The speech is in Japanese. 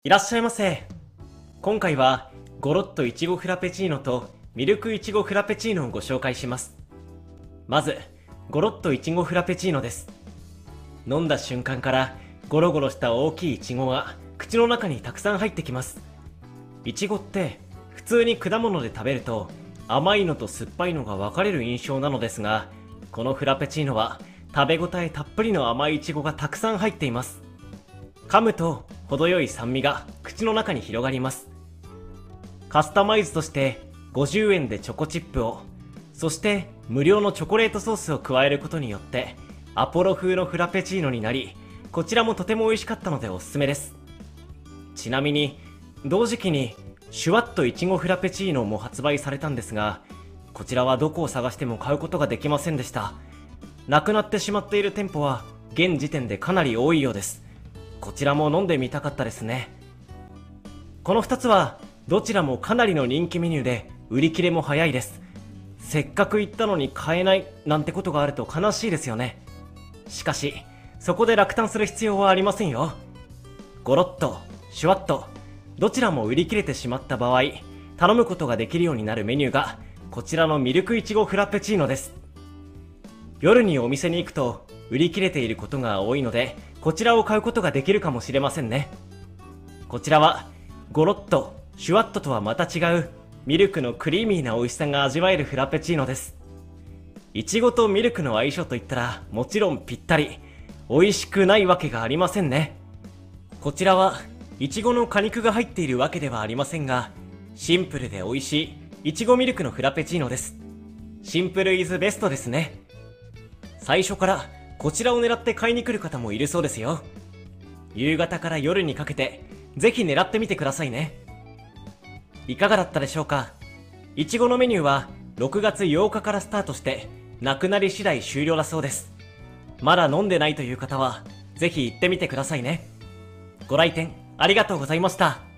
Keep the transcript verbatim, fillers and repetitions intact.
いらっしゃいませ。今回はゴロッといちごフラペチーノとミルクいちごフラペチーノをご紹介します。まず、ゴロッといちごフラペチーノです。飲んだ瞬間からゴロゴロした大きいいちごが口の中にたくさん入ってきます。いちごって普通に果物で食べると甘いのと酸っぱいのが分かれる印象なのですが、このフラペチーノは食べ応えたっぷりの甘いいちごがたくさん入っています。噛むと程よい酸味が口の中に広がります。カスタマイズとしてごじゅうえんでチョコチップを、そして無料のチョコレートソースを加えることによってアポロ風のフラペチーノになり、こちらもとても美味しかったのでおすすめです。ちなみに同時期にシュワッといちごフラペチーノも発売されたんですが、こちらはどこを探しても買うことができませんでした。なくなってしまっている店舗は現時点でかなり多いようです。こちらも飲んでみたかったですね。このふたつはどちらもかなりの人気メニューで売り切れも早いです。せっかく行ったのに買えないなんてことがあると悲しいですよね。しかしそこで落胆する必要はありませんよ。ゴロッとシュワッとどちらも売り切れてしまった場合、頼むことができるようになるメニューがこちらのミルクいちごフラペチーノです。夜にお店に行くと売り切れていることが多いので、こちらを買うことができるかもしれませんね。こちらはゴロッとシュワッととはまた違うミルクのクリーミーな美味しさが味わえるフラペチーノです。いちごとミルクの相性といったらもちろんぴったり。美味しくないわけがありませんね。こちらはいちごの果肉が入っているわけではありませんが、シンプルで美味しいいちごミルクのフラペチーノです。シンプルイズベストですね。最初からこちらを狙って買いに来る方もいるそうですよ。夕方から夜にかけてぜひ狙ってみてくださいね。いかがだったでしょうか。いちごのメニューはろくがつようかからスタートしてなくなり次第終了だそうです。まだ飲んでないという方はぜひ行ってみてくださいね。ご来店ありがとうございました。